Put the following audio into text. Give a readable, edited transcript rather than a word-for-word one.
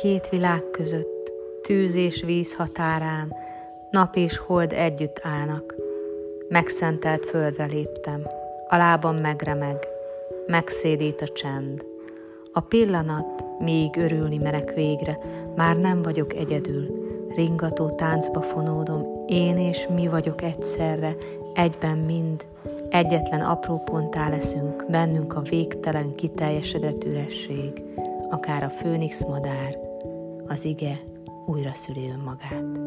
két világ között, tűz és víz határán, nap és hold együtt állnak. Megszentelt földre léptem, a lábam megremeg, megszédít a csend. A pillanat, míg örülni merek végre, már nem vagyok egyedül, ringató táncba fonódom, én és mi vagyok egyszerre, egyben mind, egyetlen apró ponttá leszünk, bennünk a végtelen kiteljesedett üresség, akár a főnix madár, az ige újra szüli önmagát.